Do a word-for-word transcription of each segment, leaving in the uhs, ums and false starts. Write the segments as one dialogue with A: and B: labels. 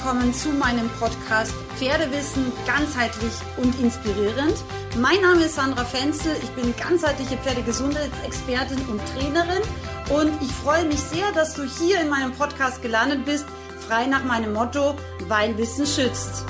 A: willkommen zu meinem Podcast Pferdewissen ganzheitlich und inspirierend. Mein Name ist Sandra Fenzel, ich bin ganzheitliche Pferdegesundheitsexpertin und Trainerin und ich freue mich sehr, dass du hier in meinem Podcast gelandet bist, frei nach meinem Motto, weil Wissen schützt.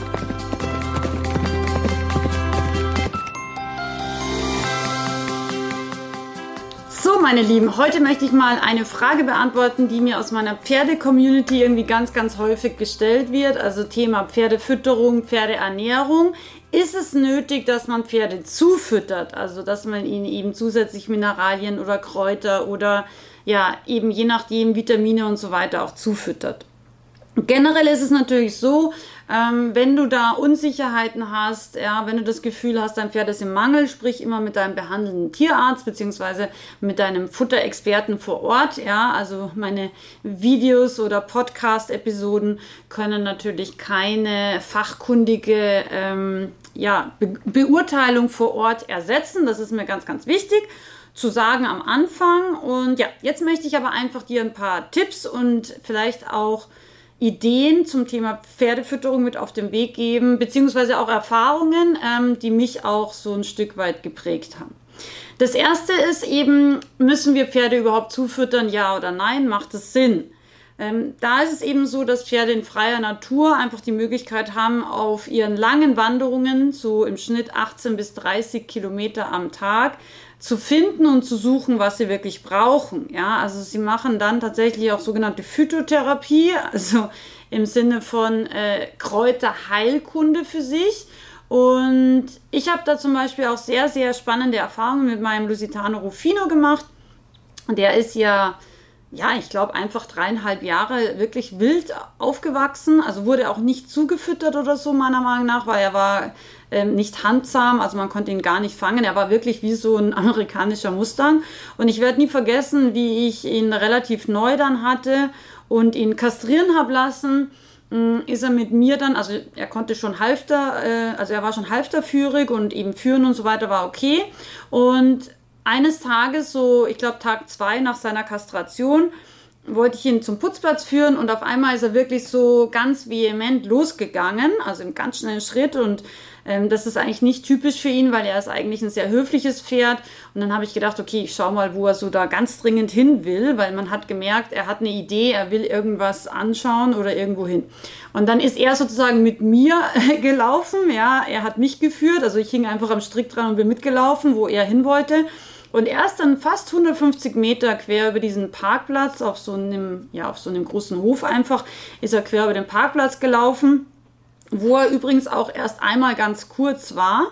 A: So, meine Lieben, heute möchte ich mal eine Frage beantworten, die mir aus meiner Pferde-Community irgendwie ganz, ganz häufig gestellt wird. Also Thema Pferdefütterung, Pferdeernährung. Ist es nötig, dass man Pferde zufüttert? Also, dass man ihnen eben zusätzlich Mineralien oder Kräuter oder ja, eben je nachdem Vitamine und so weiter auch zufüttert? Generell ist es natürlich so, ähm, wenn du da Unsicherheiten hast, ja, wenn du das Gefühl hast, dein Pferd ist im Mangel, sprich immer mit deinem behandelnden Tierarzt beziehungsweise mit deinem Futterexperten vor Ort. Ja, also meine Videos oder Podcast-Episoden können natürlich keine fachkundige ähm, ja, Be- Beurteilung vor Ort ersetzen. Das ist mir ganz, ganz wichtig zu sagen am Anfang. Und ja, jetzt möchte ich aber einfach dir ein paar Tipps und vielleicht auch Ideen zum Thema Pferdefütterung mit auf den Weg geben, beziehungsweise auch Erfahrungen, ähm, die mich auch so ein Stück weit geprägt haben. Das erste ist eben, müssen wir Pferde überhaupt zufüttern, ja oder nein? Macht es Sinn? Ähm, da ist es eben so, dass Pferde in freier Natur einfach die Möglichkeit haben, auf ihren langen Wanderungen, so im Schnitt achtzehn bis dreißig Kilometer am Tag, zu finden und zu suchen, was sie wirklich brauchen. Ja, also sie machen dann tatsächlich auch sogenannte Phytotherapie, also im Sinne von äh, Kräuterheilkunde für sich. Und ich habe da zum Beispiel auch sehr, sehr spannende Erfahrungen mit meinem Lusitano Rufino gemacht. Der ist ja Ja, ich glaube einfach dreieinhalb Jahre wirklich wild aufgewachsen, also wurde auch nicht zugefüttert oder so meiner Meinung nach, weil er war ähm, nicht handzahm, also man konnte ihn gar nicht fangen, er war wirklich wie so ein amerikanischer Mustang und ich werde nie vergessen, wie ich ihn relativ neu dann hatte und ihn kastrieren habe lassen, ähm, ist er mit mir dann, also er konnte schon Halfter, äh, also er war schon halfterführig und eben führen und so weiter war okay und eines Tages, so ich glaube Tag zwei nach seiner Kastration, wollte ich ihn zum Putzplatz führen und auf einmal ist er wirklich so ganz vehement losgegangen, also im ganz schnellen Schritt und ähm, das ist eigentlich nicht typisch für ihn, weil er ist eigentlich ein sehr höfliches Pferd und dann habe ich gedacht, okay, ich schaue mal, wo er so da ganz dringend hin will, weil man hat gemerkt, er hat eine Idee, er will irgendwas anschauen oder irgendwo hin. Und dann ist er sozusagen mit mir gelaufen, ja, er hat mich geführt, also ich hing einfach am Strick dran und bin mitgelaufen, wo er hin wollte. Und erst dann fast hundertfünfzig Meter quer über diesen Parkplatz, auf so einem, ja, auf so einem großen Hof einfach, ist er quer über den Parkplatz gelaufen, wo er übrigens auch erst einmal ganz kurz war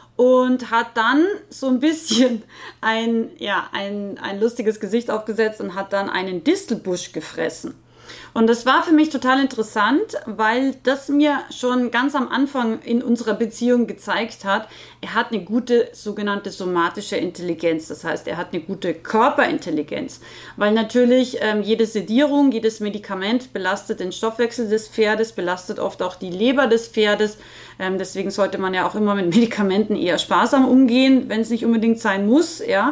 A: und hat dann so ein bisschen ein, ja, ein, ein lustiges Gesicht aufgesetzt und hat dann einen Distelbusch gefressen. Und das war für mich total interessant, weil das mir schon ganz am Anfang in unserer Beziehung gezeigt hat, er hat eine gute sogenannte somatische Intelligenz. Das heißt, er hat eine gute Körperintelligenz, weil natürlich ähm, jede Sedierung, jedes Medikament belastet den Stoffwechsel des Pferdes, belastet oft auch die Leber des Pferdes. Ähm, deswegen sollte man ja auch immer mit Medikamenten eher sparsam umgehen, wenn es nicht unbedingt sein muss, ja.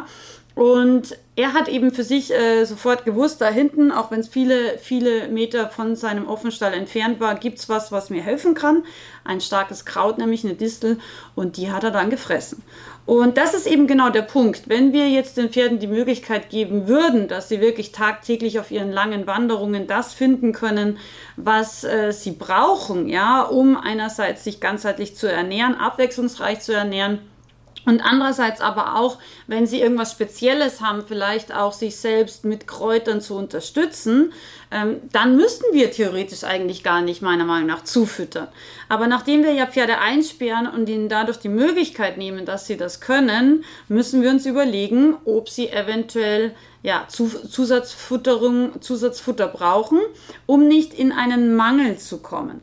A: Und er hat eben für sich äh, sofort gewusst, da hinten, auch wenn es viele, viele Meter von seinem Offenstall entfernt war, gibt es was, was mir helfen kann. Ein starkes Kraut, nämlich eine Distel, und die hat er dann gefressen. Und das ist eben genau der Punkt. Wenn wir jetzt den Pferden die Möglichkeit geben würden, dass sie wirklich tagtäglich auf ihren langen Wanderungen das finden können, was äh, sie brauchen, ja, um einerseits sich ganzheitlich zu ernähren, abwechslungsreich zu ernähren, und andererseits aber auch, wenn sie irgendwas Spezielles haben, vielleicht auch sich selbst mit Kräutern zu unterstützen, ähm, dann müssten wir theoretisch eigentlich gar nicht meiner Meinung nach zufüttern. Aber nachdem wir ja Pferde einsperren und ihnen dadurch die Möglichkeit nehmen, dass sie das können, müssen wir uns überlegen, ob sie eventuell ja, Zusatzfutterung, Zusatzfutter brauchen, um nicht in einen Mangel zu kommen.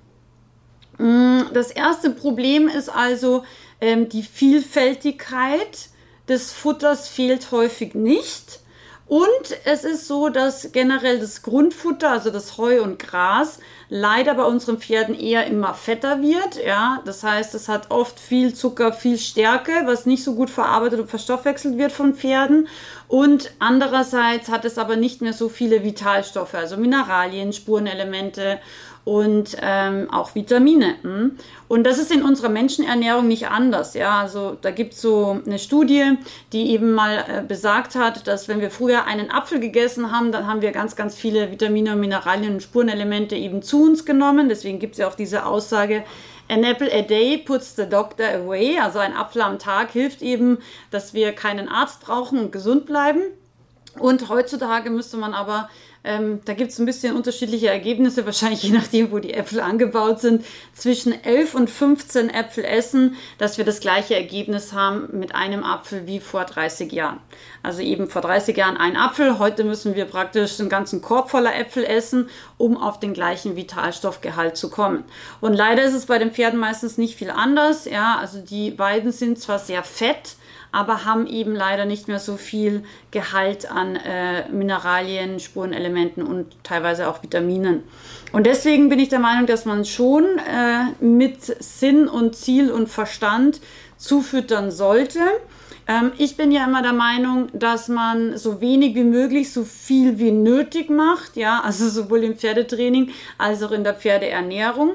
A: Das erste Problem ist also, ähm, die Vielfältigkeit des Futters fehlt häufig nicht. Und es ist so, dass generell das Grundfutter, also das Heu und Gras, leider bei unseren Pferden eher immer fetter wird. Ja, das heißt, es hat oft viel Zucker, viel Stärke, was nicht so gut verarbeitet und verstoffwechselt wird von Pferden. Und andererseits hat es aber nicht mehr so viele Vitalstoffe, also Mineralien, Spurenelemente. und ähm, auch Vitamine. Und das ist in unserer Menschenernährung nicht anders. Ja? Also da gibt es so eine Studie, die eben mal äh, besagt hat, dass wenn wir früher einen Apfel gegessen haben, dann haben wir ganz, ganz viele Vitamine, Mineralien und Spurenelemente eben zu uns genommen. Deswegen gibt es ja auch diese Aussage, an apple a day puts the doctor away. Also ein Apfel am Tag hilft eben, dass wir keinen Arzt brauchen und gesund bleiben. Und heutzutage müsste man aber, ähm, da gibt es ein bisschen unterschiedliche Ergebnisse, wahrscheinlich je nachdem, wo die Äpfel angebaut sind, zwischen elf und fünfzehn Äpfel essen, dass wir das gleiche Ergebnis haben mit einem Apfel wie vor dreißig Jahren. Also eben vor dreißig Jahren ein Apfel, heute müssen wir praktisch einen ganzen Korb voller Äpfel essen, um auf den gleichen Vitalstoffgehalt zu kommen. Und leider ist es bei den Pferden meistens nicht viel anders. Ja, also die Weiden sind zwar sehr fett, aber haben eben leider nicht mehr so viel Gehalt an äh, Mineralien, Spurenelementen und teilweise auch Vitaminen. Und deswegen bin ich der Meinung, dass man schon äh, mit Sinn und Ziel und Verstand zufüttern sollte. Ähm, ich bin ja immer der Meinung, dass man so wenig wie möglich, so viel wie nötig macht, ja, also sowohl im Pferdetraining als auch in der Pferdeernährung.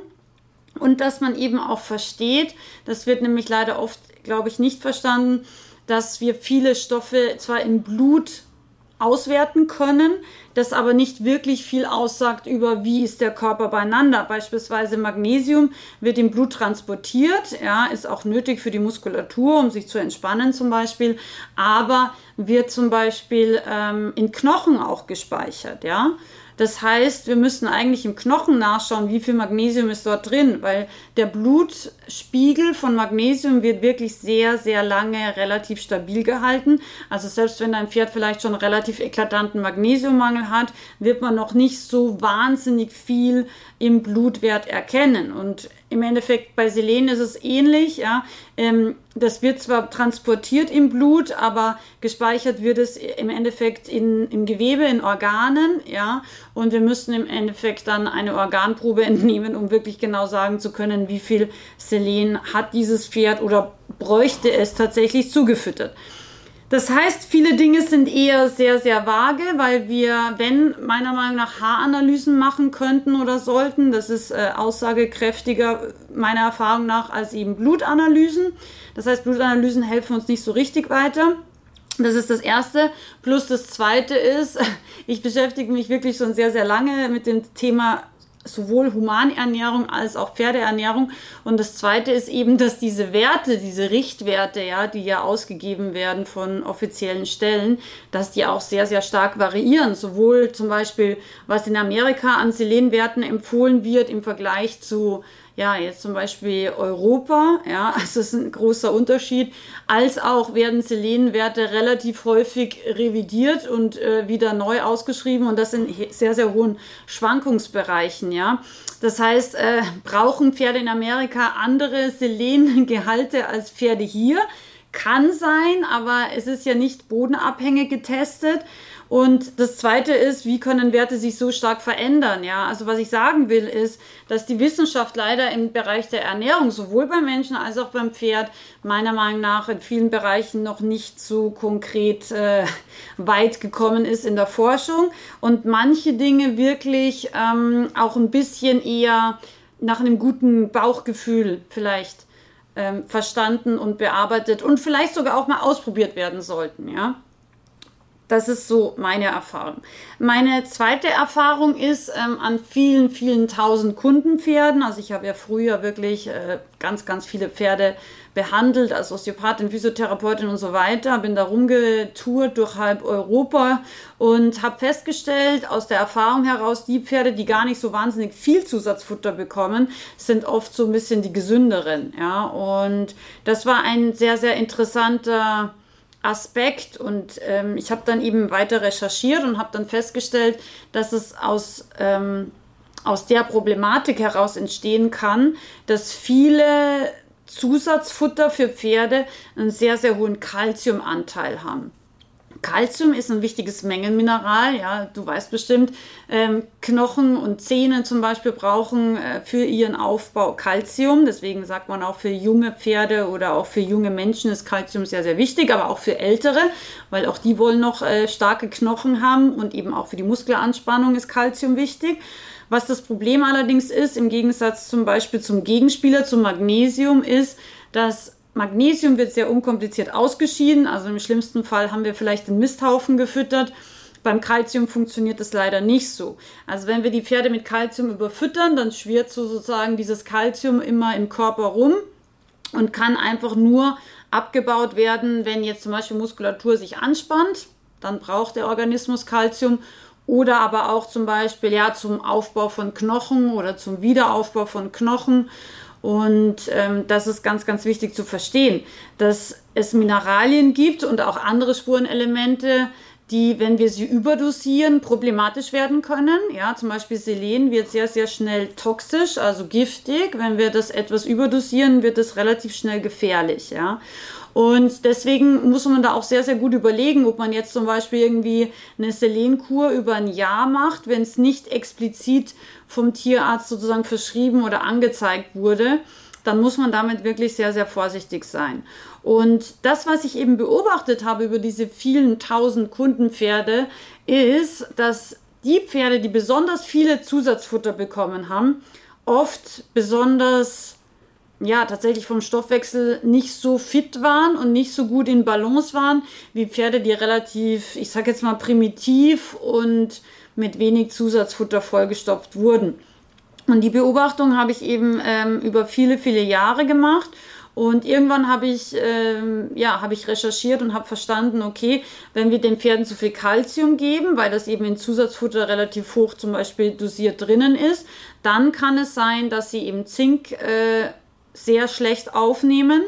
A: Und dass man eben auch versteht, das wird nämlich leider oft, glaube ich, nicht verstanden, dass wir viele Stoffe zwar im Blut auswerten können, das aber nicht wirklich viel aussagt über, wie ist der Körper beieinander. Beispielsweise Magnesium wird im Blut transportiert, ja, ist auch nötig für die Muskulatur, um sich zu entspannen zum Beispiel, aber wird zum Beispiel ähm, in Knochen auch gespeichert, ja. Das heißt, wir müssten eigentlich im Knochen nachschauen, wie viel Magnesium ist dort drin, weil der Blutspiegel von Magnesium wird wirklich sehr, sehr lange relativ stabil gehalten. Also selbst wenn dein Pferd vielleicht schon relativ eklatanten Magnesiummangel hat, wird man noch nicht so wahnsinnig viel im Blutwert erkennen. Und im Endeffekt bei Selen ist es ähnlich. Ja. Ähm, das wird zwar transportiert im Blut, aber gespeichert wird es im Endeffekt in, im Gewebe, in Organen. Ja. Und wir müssen im Endeffekt dann eine Organprobe entnehmen, um wirklich genau sagen zu können, wie viel Selen hat dieses Pferd oder bräuchte es tatsächlich zugefüttert. Das heißt, viele Dinge sind eher sehr, sehr vage, weil wir, wenn meiner Meinung nach Haaranalysen machen könnten oder sollten, das ist äh, aussagekräftiger meiner Erfahrung nach als eben Blutanalysen. Das heißt, Blutanalysen helfen uns nicht so richtig weiter. Das ist das Erste. Plus das Zweite ist, ich beschäftige mich wirklich schon sehr, sehr lange mit dem Thema sowohl Humanernährung als auch Pferdeernährung. Und das Zweite ist eben, dass diese Werte, diese Richtwerte, ja, die ja ausgegeben werden von offiziellen Stellen, dass die auch sehr, sehr stark variieren. Sowohl zum Beispiel, was in Amerika an Selenwerten empfohlen wird im Vergleich zu, ja, jetzt zum Beispiel Europa, ja, also das ist ein großer Unterschied, als auch werden Selenwerte relativ häufig revidiert und äh, wieder neu ausgeschrieben und das in sehr, sehr hohen Schwankungsbereichen, ja. Das heißt, äh, brauchen Pferde in Amerika andere Selengehalte als Pferde hier? Kann sein, aber es ist ja nicht bodenabhängig getestet. Und das Zweite ist, wie können Werte sich so stark verändern? Ja, also was ich sagen will, ist, dass die Wissenschaft leider im Bereich der Ernährung, sowohl beim Menschen als auch beim Pferd, meiner Meinung nach in vielen Bereichen noch nicht so konkret äh, weit gekommen ist in der Forschung. Und manche Dinge wirklich ähm, auch ein bisschen eher nach einem guten Bauchgefühl vielleicht ähm, verstanden und bearbeitet und vielleicht sogar auch mal ausprobiert werden sollten, ja. Das ist so meine Erfahrung. Meine zweite Erfahrung ist ähm, an vielen, vielen tausend Kundenpferden. Also ich habe ja früher wirklich äh, ganz, ganz viele Pferde behandelt als Osteopathin, Physiotherapeutin und so weiter. Bin da rumgetourt durch halb Europa und habe festgestellt, aus der Erfahrung heraus, die Pferde, die gar nicht so wahnsinnig viel Zusatzfutter bekommen, sind oft so ein bisschen die gesünderen. Ja? Und das war ein sehr, sehr interessanter Aspekt und ähm, ich habe dann eben weiter recherchiert und habe dann festgestellt, dass es aus, ähm, aus der Problematik heraus entstehen kann, dass viele Zusatzfutter für Pferde einen sehr, sehr hohen Kalziumanteil haben. Calcium ist ein wichtiges Mengenmineral, ja, du weißt bestimmt, ähm, Knochen und Zähne zum Beispiel brauchen äh, für ihren Aufbau Calcium, deswegen sagt man auch für junge Pferde oder auch für junge Menschen ist Calcium sehr, sehr wichtig, aber auch für Ältere, weil auch die wollen noch äh, starke Knochen haben und eben auch für die Muskelanspannung ist Calcium wichtig. Was das Problem allerdings ist, im Gegensatz zum Beispiel zum Gegenspieler, zum Magnesium, ist, dass Magnesium wird sehr unkompliziert ausgeschieden, also im schlimmsten Fall haben wir vielleicht den Misthaufen gefüttert. Beim Calcium funktioniert das leider nicht so. Also wenn wir die Pferde mit Calcium überfüttern, dann schwirrt so sozusagen dieses Calcium immer im Körper rum und kann einfach nur abgebaut werden, wenn jetzt zum Beispiel Muskulatur sich anspannt, dann braucht der Organismus Calcium. Oder aber auch zum Beispiel ja, zum Aufbau von Knochen oder zum Wiederaufbau von Knochen. Und ähm, das ist ganz, ganz wichtig zu verstehen, dass es Mineralien gibt und auch andere Spurenelemente, die, wenn wir sie überdosieren, problematisch werden können. Ja, zum Beispiel Selen wird sehr, sehr schnell toxisch, also giftig. Wenn wir das etwas überdosieren, wird es relativ schnell gefährlich. Ja. Und deswegen muss man da auch sehr, sehr gut überlegen, ob man jetzt zum Beispiel irgendwie eine Selenkur über ein Jahr macht, wenn es nicht explizit vom Tierarzt sozusagen verschrieben oder angezeigt wurde, dann muss man damit wirklich sehr, sehr vorsichtig sein. Und das, was ich eben beobachtet habe über diese vielen tausend Kundenpferde, ist, dass die Pferde, die besonders viele Zusatzfutter bekommen haben, oft besonders ja, tatsächlich vom Stoffwechsel nicht so fit waren und nicht so gut in Balance waren, wie Pferde, die relativ, ich sag jetzt mal, primitiv und mit wenig Zusatzfutter vollgestopft wurden. Und die Beobachtung habe ich eben ähm, über viele, viele Jahre gemacht. Und irgendwann habe ich, ähm, ja, habe ich recherchiert und habe verstanden, okay, wenn wir den Pferden zu viel Calcium geben, weil das eben in Zusatzfutter relativ hoch zum Beispiel dosiert drinnen ist, dann kann es sein, dass sie eben Zink äh, sehr schlecht aufnehmen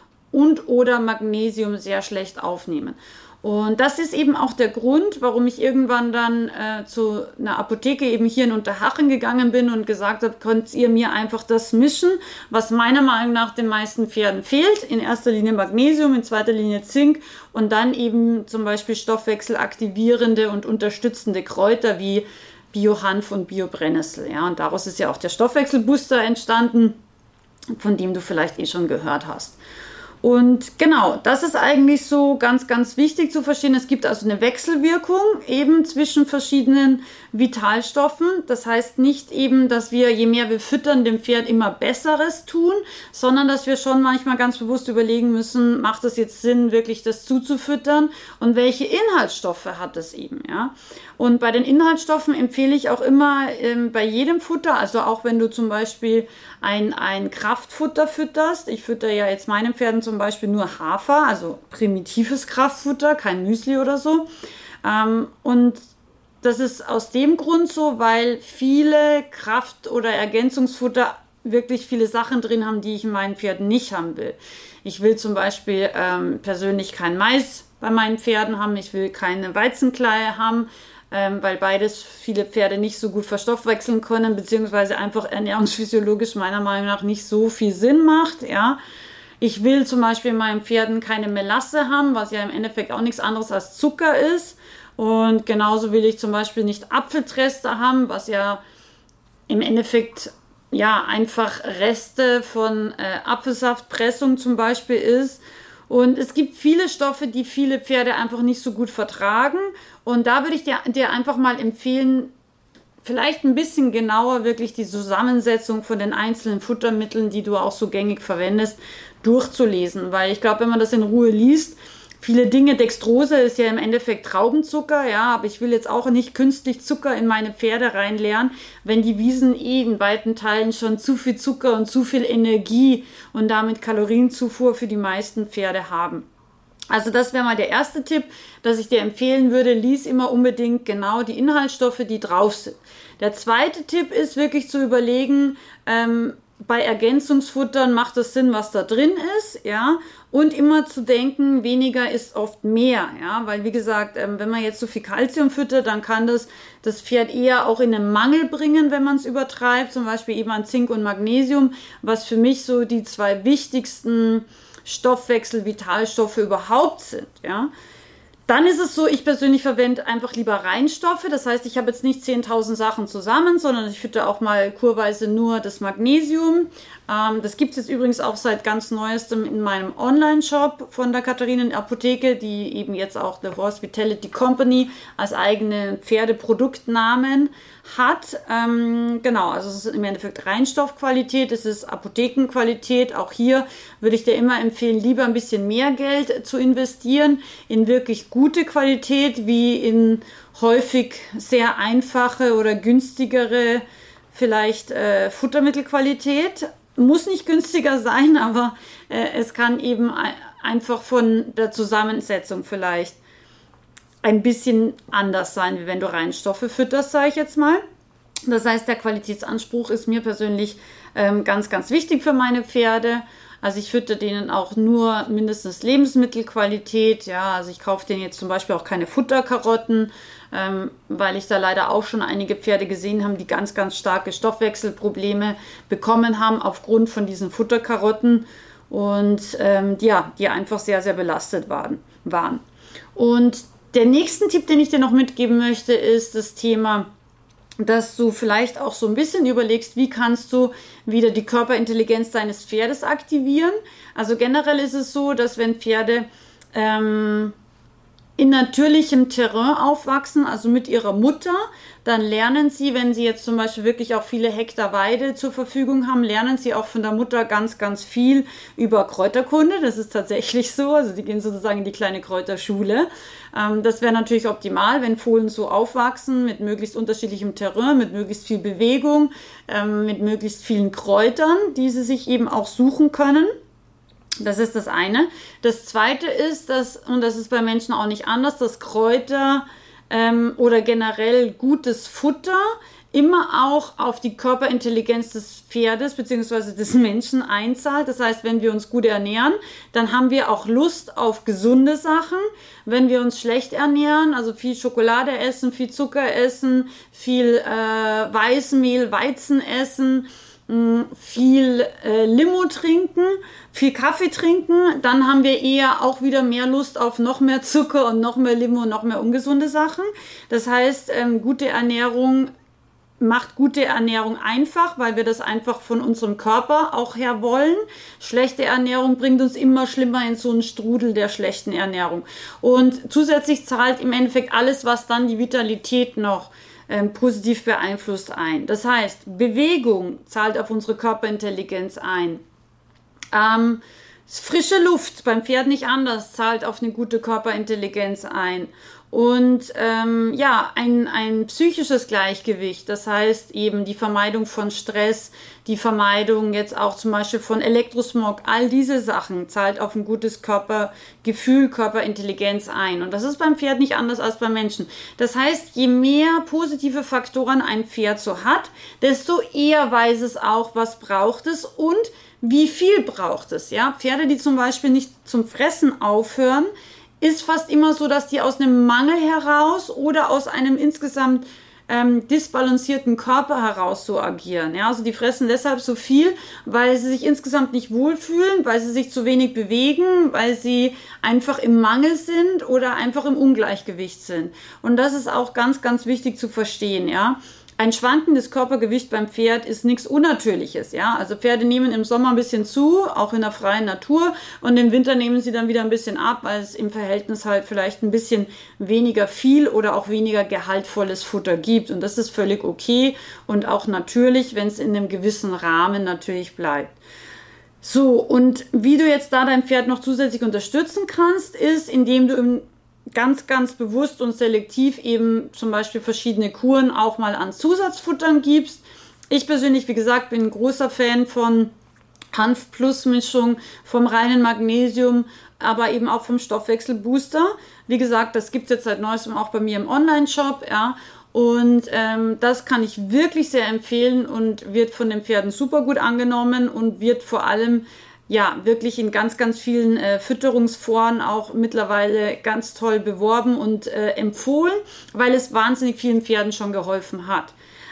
A: und oder Magnesium sehr schlecht aufnehmen. Und das ist eben auch der Grund, warum ich irgendwann dann äh, zu einer Apotheke eben hier in Unterhaching gegangen bin und gesagt habe, könnt ihr mir einfach das mischen, was meiner Meinung nach den meisten Pferden fehlt. In erster Linie Magnesium, in zweiter Linie Zink und dann eben zum Beispiel stoffwechselaktivierende und unterstützende Kräuter wie Biohanf und Biobrennnessel. Ja, und daraus ist ja auch der Stoffwechselbooster entstanden, von dem du vielleicht eh schon gehört hast. Und genau, das ist eigentlich so ganz, ganz wichtig zu verstehen. Es gibt also eine Wechselwirkung eben zwischen verschiedenen Vitalstoffen. Das heißt nicht eben, dass wir, je mehr wir füttern, dem Pferd immer Besseres tun, sondern dass wir schon manchmal ganz bewusst überlegen müssen, macht es jetzt Sinn, wirklich das zuzufüttern und welche Inhaltsstoffe hat es eben, ja. Und bei den Inhaltsstoffen empfehle ich auch immer ähm, bei jedem Futter, also auch wenn du zum Beispiel ein, ein Kraftfutter fütterst, ich fütter ja jetzt meinen Pferden zum Beispiel nur Hafer, also primitives Kraftfutter, kein Müsli oder so. Ähm, und das ist aus dem Grund so, weil viele Kraft- oder Ergänzungsfutter wirklich viele Sachen drin haben, die ich in meinen Pferden nicht haben will. Ich will zum Beispiel ähm, persönlich kein Mais bei meinen Pferden haben, ich will keine Weizenkleie haben, ähm, weil beides viele Pferde nicht so gut verstoffwechseln können, beziehungsweise einfach ernährungsphysiologisch meiner Meinung nach nicht so viel Sinn macht, ja. Ich will zum Beispiel in meinen Pferden keine Melasse haben, was ja im Endeffekt auch nichts anderes als Zucker ist. Und genauso will ich zum Beispiel nicht Apfeltrester haben, was ja im Endeffekt ja einfach Reste von äh, Apfelsaftpressung zum Beispiel ist. Und es gibt viele Stoffe, die viele Pferde einfach nicht so gut vertragen. Und da würde ich dir, dir einfach mal empfehlen, vielleicht ein bisschen genauer wirklich die Zusammensetzung von den einzelnen Futtermitteln, die du auch so gängig verwendest, durchzulesen. Weil ich glaube, wenn man das in Ruhe liest, viele Dinge, Dextrose ist ja im Endeffekt Traubenzucker, ja, aber ich will jetzt auch nicht künstlich Zucker in meine Pferde reinleeren, wenn die Wiesen eh in weiten Teilen schon zu viel Zucker und zu viel Energie und damit Kalorienzufuhr für die meisten Pferde haben. Also das wäre mal der erste Tipp, dass ich dir empfehlen würde, lies immer unbedingt genau die Inhaltsstoffe, die drauf sind. Der zweite Tipp ist wirklich zu überlegen, ähm, bei Ergänzungsfuttern macht es Sinn, was da drin ist, ja, und immer zu denken, weniger ist oft mehr, ja, weil wie gesagt, ähm, wenn man jetzt so viel Kalzium füttert, dann kann das das Pferd eher auch in einen Mangel bringen, wenn man es übertreibt, zum Beispiel eben an Zink und Magnesium, was für mich so die zwei wichtigsten Stoffwechsel, Vitalstoffe überhaupt sind, ja. Dann ist es so, ich persönlich verwende einfach lieber Reinstoffe. Das heißt, ich habe jetzt nicht zehntausend Sachen zusammen, sondern ich fütter auch mal kurweise nur das Magnesium. Ähm, das gibt es jetzt übrigens auch seit ganz Neuestem in meinem Online-Shop von der Katharinen Apotheke, die eben jetzt auch The Horse Vitality Company als eigene Pferdeproduktnamen hat. Ähm, genau, also es ist im Endeffekt Reinstoffqualität, es ist Apothekenqualität. Auch hier würde ich dir immer empfehlen, lieber ein bisschen mehr Geld zu investieren in wirklich gute Qualität, wie in häufig sehr einfache oder günstigere, vielleicht äh, Futtermittelqualität. Muss nicht günstiger sein, aber äh, es kann eben ein, einfach von der Zusammensetzung vielleicht ein bisschen anders sein, wie wenn du Reinstoffe fütterst, sage ich jetzt mal. Das heißt, der Qualitätsanspruch ist mir persönlich ähm, ganz, ganz wichtig für meine Pferde. Also ich fütter denen auch nur mindestens Lebensmittelqualität. Ja, also ich kaufe denen jetzt zum Beispiel auch keine Futterkarotten, ähm, weil ich da leider auch schon einige Pferde gesehen habe, die ganz, ganz starke Stoffwechselprobleme bekommen haben aufgrund von diesen Futterkarotten und ähm, ja, die einfach sehr, sehr belastet waren. waren. Und der nächste Tipp, den ich dir noch mitgeben möchte, ist das Thema, dass du vielleicht auch so ein bisschen überlegst, wie kannst du wieder die Körperintelligenz deines Pferdes aktivieren. Also generell ist es so, dass wenn Pferde ähm, in natürlichem Terrain aufwachsen, also mit ihrer Mutter, dann lernen sie, wenn sie jetzt zum Beispiel wirklich auch viele Hektar Weide zur Verfügung haben, lernen sie auch von der Mutter ganz, ganz viel über Kräuterkunde. Das ist tatsächlich so, also die gehen sozusagen in die kleine Kräuterschule. Ähm, das wäre natürlich optimal, wenn Fohlen so aufwachsen, mit möglichst unterschiedlichem Terrain, mit möglichst viel Bewegung, ähm, mit möglichst vielen Kräutern, die sie sich eben auch suchen können. Das ist das eine. Das zweite ist, dass, und das ist bei Menschen auch nicht anders, dass Kräuter ähm, oder generell gutes Futter immer auch auf die Körperintelligenz des Pferdes bzw. des Menschen einzahlt. Das heißt, wenn wir uns gut ernähren, dann haben wir auch Lust auf gesunde Sachen. Wenn wir uns schlecht ernähren, also viel Schokolade essen, viel Zucker essen, viel äh, Weißmehl, Weizen essen, viel äh, Limo trinken, viel Kaffee trinken, dann haben wir eher auch wieder mehr Lust auf noch mehr Zucker und noch mehr Limo und noch mehr ungesunde Sachen. Das heißt, ähm, gute Ernährung macht gute Ernährung einfach, weil wir das einfach von unserem Körper auch her wollen. Schlechte Ernährung bringt uns immer schlimmer in so einen Strudel der schlechten Ernährung. Und zusätzlich zahlt im Endeffekt alles, was dann die Vitalität noch Ähm, positiv beeinflusst ein. Das heißt, Bewegung zahlt auf unsere Körperintelligenz ein. Ähm, frische Luft, beim Pferd nicht anders, zahlt auf eine gute Körperintelligenz ein. Und ähm, ja, ein, ein psychisches Gleichgewicht, das heißt eben die Vermeidung von Stress, die Vermeidung jetzt auch zum Beispiel von Elektrosmog, all diese Sachen zahlt auf ein gutes Körpergefühl, Körperintelligenz ein. Und das ist beim Pferd nicht anders als beim Menschen. Das heißt, je mehr positive Faktoren ein Pferd so hat, desto eher weiß es auch, was braucht es und wie viel braucht es. Ja? Pferde, die zum Beispiel nicht zum Fressen aufhören, ist fast immer so, dass die aus einem Mangel heraus oder aus einem insgesamt ähm, disbalancierten Körper heraus so agieren. Ja? Also die fressen deshalb so viel, weil sie sich insgesamt nicht wohlfühlen, weil sie sich zu wenig bewegen, weil sie einfach im Mangel sind oder einfach im Ungleichgewicht sind. Und das ist auch ganz, ganz wichtig zu verstehen, ja. Ein schwankendes Körpergewicht beim Pferd ist nichts Unnatürliches, ja. Also Pferde nehmen im Sommer ein bisschen zu, auch in der freien Natur, und im Winter nehmen sie dann wieder ein bisschen ab, weil es im Verhältnis halt vielleicht ein bisschen weniger viel oder auch weniger gehaltvolles Futter gibt. Und das ist völlig okay und auch natürlich, wenn es in einem gewissen Rahmen natürlich bleibt. So, und wie du jetzt da dein Pferd noch zusätzlich unterstützen kannst, ist, indem du im ganz, ganz bewusst und selektiv eben zum Beispiel verschiedene Kuren auch mal an Zusatzfuttern gibst. Ich persönlich, wie gesagt, bin ein großer Fan von Hanf-Plus-Mischung, vom reinen Magnesium, aber eben auch vom Stoffwechselbooster. Wie gesagt, das gibt es jetzt seit neuestem auch bei mir im Online-Shop, ja. Und ähm, das kann ich wirklich sehr empfehlen und wird von den Pferden super gut angenommen und wird vor allem ja, wirklich in ganz, ganz vielen äh, Fütterungsforen auch mittlerweile ganz toll beworben und äh, empfohlen, weil es wahnsinnig vielen Pferden schon geholfen hat.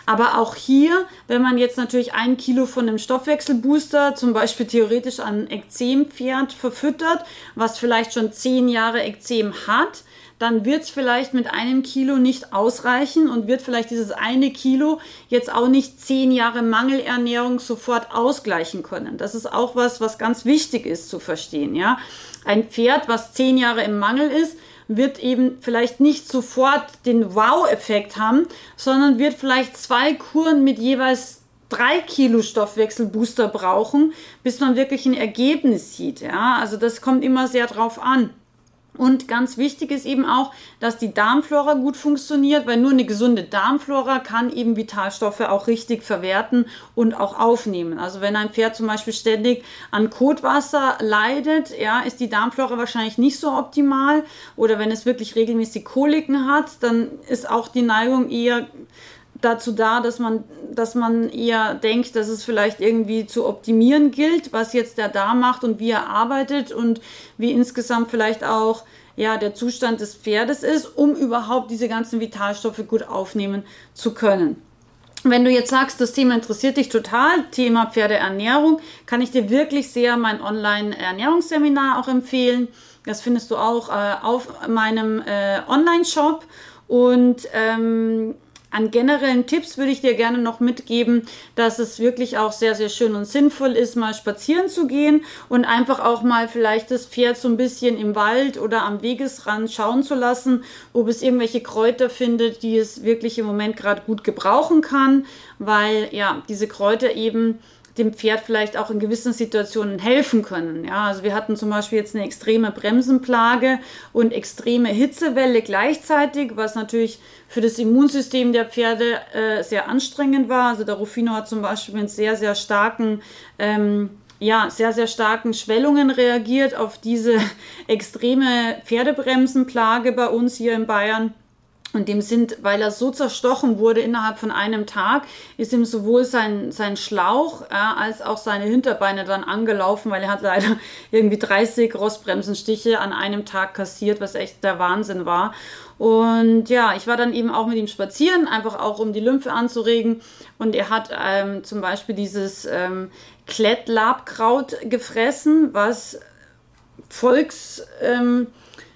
A: Aber auch hier, wenn man jetzt natürlich ein Kilo von einem Stoffwechselbooster zum Beispiel theoretisch an ein Ekzempferd verfüttert, was vielleicht schon zehn Jahre Ekzem hat, dann wird es vielleicht mit einem Kilo nicht ausreichen und wird vielleicht dieses eine Kilo jetzt auch nicht zehn Jahre Mangelernährung sofort ausgleichen können. Das ist auch was, was ganz wichtig ist zu verstehen. Ja? Ein Pferd, was zehn Jahre im Mangel ist, wird eben vielleicht nicht sofort den Wow-Effekt haben, sondern wird vielleicht zwei Kuren mit jeweils drei Kilo Stoffwechselbooster brauchen, bis man wirklich ein Ergebnis sieht. Ja? Also das kommt immer sehr drauf an. Und ganz wichtig ist eben auch, dass die Darmflora gut funktioniert, weil nur eine gesunde Darmflora kann eben Vitalstoffe auch richtig verwerten und auch aufnehmen. Also wenn ein Pferd zum Beispiel ständig an Kotwasser leidet, ja, ist die Darmflora wahrscheinlich nicht so optimal. Oder wenn es wirklich regelmäßig Koliken hat, dann ist auch die Neigung eher dazu da, dass man, dass man eher denkt, dass es vielleicht irgendwie zu optimieren gilt, was jetzt der Darm macht und wie er arbeitet und wie insgesamt vielleicht auch ja, der Zustand des Pferdes ist, um überhaupt diese ganzen Vitalstoffe gut aufnehmen zu können. Wenn du jetzt sagst, das Thema interessiert dich total, Thema Pferdeernährung, kann ich dir wirklich sehr mein Online-Ernährungsseminar auch empfehlen. Das findest du auch äh, auf meinem äh, Online-Shop und ähm, an generellen Tipps würde ich dir gerne noch mitgeben, dass es wirklich auch sehr, sehr schön und sinnvoll ist, mal spazieren zu gehen und einfach auch mal vielleicht das Pferd so ein bisschen im Wald oder am Wegesrand schauen zu lassen, ob es irgendwelche Kräuter findet, die es wirklich im Moment gerade gut gebrauchen kann, weil ja diese Kräuter eben dem Pferd vielleicht auch in gewissen Situationen helfen können. Ja, also wir hatten zum Beispiel jetzt eine extreme Bremsenplage und extreme Hitzewelle gleichzeitig, was natürlich für das Immunsystem der Pferde äh, sehr anstrengend war. Also der Rufino hat zum Beispiel mit sehr, sehr starken, ähm, ja, sehr, sehr starken Schwellungen reagiert auf diese extreme Pferdebremsenplage bei uns hier in Bayern. Und dem sind, weil er so zerstochen wurde innerhalb von einem Tag, ist ihm sowohl sein, sein Schlauch ja, als auch seine Hinterbeine dann angelaufen, weil er hat leider irgendwie dreißig Rossbremsenstiche an einem Tag kassiert, was echt der Wahnsinn war. Und ja, ich war dann eben auch mit ihm spazieren, einfach auch um die Lymphe anzuregen. Und er hat ähm, zum Beispiel dieses ähm, Klettlabkraut gefressen, was Volks... Ähm,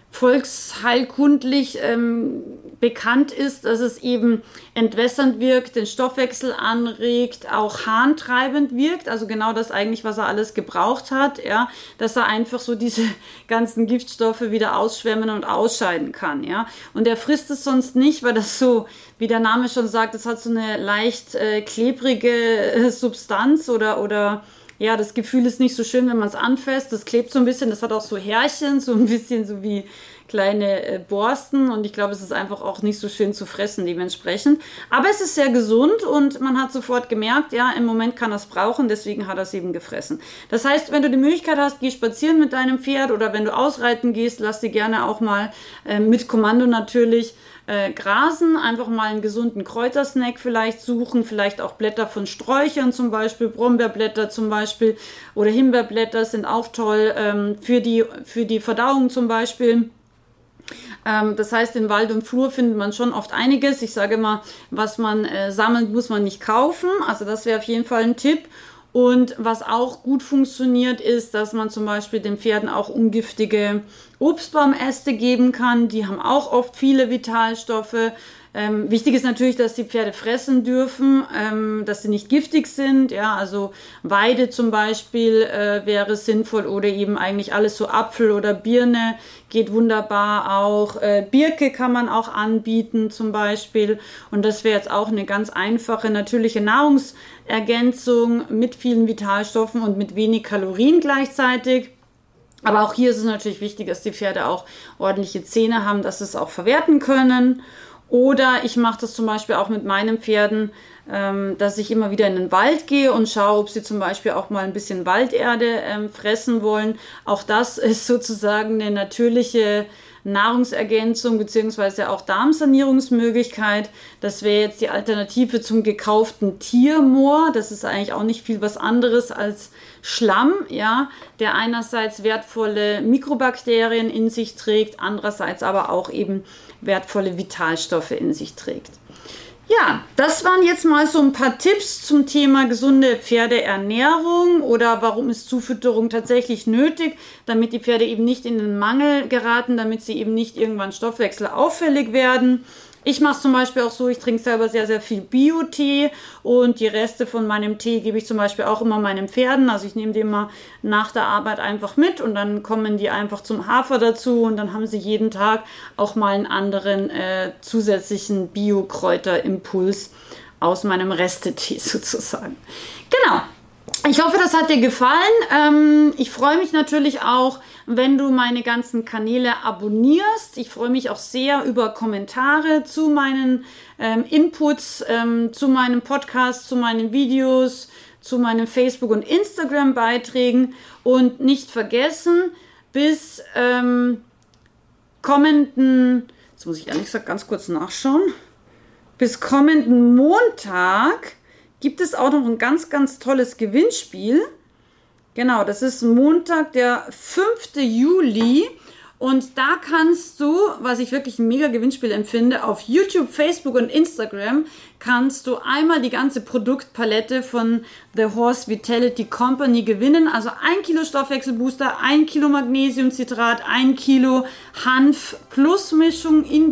A: volksheilkundlich ähm, bekannt ist, dass es eben entwässernd wirkt, den Stoffwechsel anregt, auch harntreibend wirkt, also genau das eigentlich, was er alles gebraucht hat, ja, dass er einfach so diese ganzen Giftstoffe wieder ausschwemmen und ausscheiden kann, ja, und er frisst es sonst nicht, weil das so, wie der Name schon sagt, das hat so eine leicht äh, klebrige äh, Substanz oder, oder ja, das Gefühl ist nicht so schön, wenn man es anfasst. Das klebt so ein bisschen, das hat auch so Härchen, so ein bisschen so wie kleine äh, Borsten. Und ich glaube, es ist einfach auch nicht so schön zu fressen dementsprechend. Aber es ist sehr gesund und man hat sofort gemerkt, ja, im Moment kann er es brauchen, deswegen hat er es eben gefressen. Das heißt, wenn du die Möglichkeit hast, geh spazieren mit deinem Pferd oder wenn du ausreiten gehst, lass dir gerne auch mal äh, mit Kommando natürlich Äh, grasen, einfach mal einen gesunden Kräutersnack vielleicht suchen, vielleicht auch Blätter von Sträuchern zum Beispiel, Brombeerblätter zum Beispiel oder Himbeerblätter sind auch toll ähm, für die, für die Verdauung zum Beispiel. Ähm, das heißt, in Wald und Flur findet man schon oft einiges. Ich sage immer, was man äh, sammelt, muss man nicht kaufen. Also das wäre auf jeden Fall ein Tipp. Und was auch gut funktioniert, ist, dass man zum Beispiel den Pferden auch ungiftige Obstbaumäste geben kann. Die haben auch oft viele Vitalstoffe. Ähm, wichtig ist natürlich, dass die Pferde fressen dürfen, ähm, dass sie nicht giftig sind. Ja, also Weide zum Beispiel äh, wäre sinnvoll oder eben eigentlich alles so Apfel oder Birne geht wunderbar auch. Äh, Birke kann man auch anbieten zum Beispiel. Und das wäre jetzt auch eine ganz einfache natürliche Nahrungsergänzung mit vielen Vitalstoffen und mit wenig Kalorien gleichzeitig. Aber auch hier ist es natürlich wichtig, dass die Pferde auch ordentliche Zähne haben, dass sie es auch verwerten können. Oder ich mache das zum Beispiel auch mit meinen Pferden, ähm, dass ich immer wieder in den Wald gehe und schaue, ob sie zum Beispiel auch mal ein bisschen Walderde ähm, fressen wollen. Auch das ist sozusagen eine natürliche Nahrungsergänzung beziehungsweise auch Darmsanierungsmöglichkeit. Das wäre jetzt die Alternative zum gekauften Tiermoor. Das ist eigentlich auch nicht viel was anderes als Schlamm, ja, der einerseits wertvolle Mikrobakterien in sich trägt, andererseits aber auch eben wertvolle Vitalstoffe in sich trägt. Ja, das waren jetzt mal so ein paar Tipps zum Thema gesunde Pferdeernährung oder warum ist Zufütterung tatsächlich nötig, damit die Pferde eben nicht in den Mangel geraten, damit sie eben nicht irgendwann stoffwechselauffällig werden. Ich mache es zum Beispiel auch so, ich trinke selber sehr, sehr viel Bio-Tee und die Reste von meinem Tee gebe ich zum Beispiel auch immer meinen Pferden. Also ich nehme die immer nach der Arbeit einfach mit und dann kommen die einfach zum Hafer dazu und dann haben sie jeden Tag auch mal einen anderen äh, zusätzlichen Bio-Kräuter-Impuls aus meinem Restetee sozusagen. Genau. Ich hoffe, das hat dir gefallen. Ähm, ich freue mich natürlich auch, wenn du meine ganzen Kanäle abonnierst. Ich freue mich auch sehr über Kommentare zu meinen ähm, Inputs, ähm, zu meinem Podcast, zu meinen Videos, zu meinen Facebook- und Instagram-Beiträgen. Und nicht vergessen, bis ähm, kommenden, jetzt muss ich ehrlich gesagt ganz kurz nachschauen, bis kommenden Montag gibt es auch noch ein ganz, ganz tolles Gewinnspiel. Genau, das ist Montag, der fünfte Juli. Und da kannst du, was ich wirklich ein mega Gewinnspiel empfinde, auf YouTube, Facebook und Instagram kannst du einmal die ganze Produktpalette von The Horse Vitality Company gewinnen. Also ein Kilo Stoffwechselbooster, ein Kilo Magnesiumcitrat, ein Kilo Hanf-Plus-Mischung in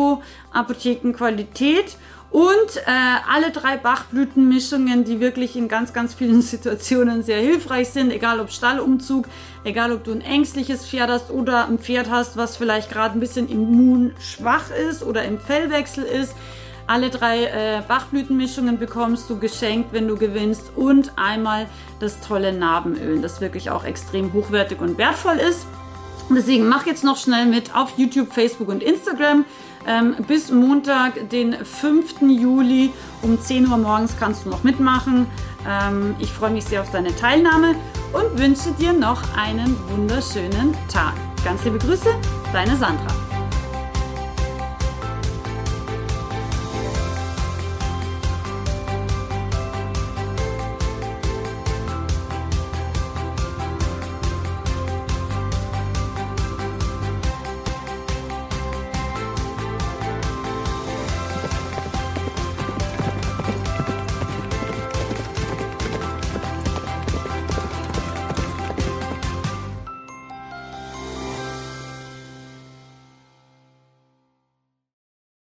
A: Bio-Apothekenqualität. Und äh, alle drei Bachblütenmischungen, die wirklich in ganz, ganz vielen Situationen sehr hilfreich sind, egal ob Stallumzug, egal ob du ein ängstliches Pferd hast oder ein Pferd hast, was vielleicht gerade ein bisschen immunschwach ist oder im Fellwechsel ist. Alle drei äh, Bachblütenmischungen bekommst du geschenkt, wenn du gewinnst, und einmal das tolle Narbenöl, das wirklich auch extrem hochwertig und wertvoll ist. Deswegen mach jetzt noch schnell mit auf YouTube, Facebook und Instagram. Ähm, bis Montag, den fünften Juli um zehn Uhr morgens kannst du noch mitmachen. Ähm, ich freue mich sehr auf deine Teilnahme und wünsche dir noch einen wunderschönen Tag. Ganz liebe Grüße, deine Sandra.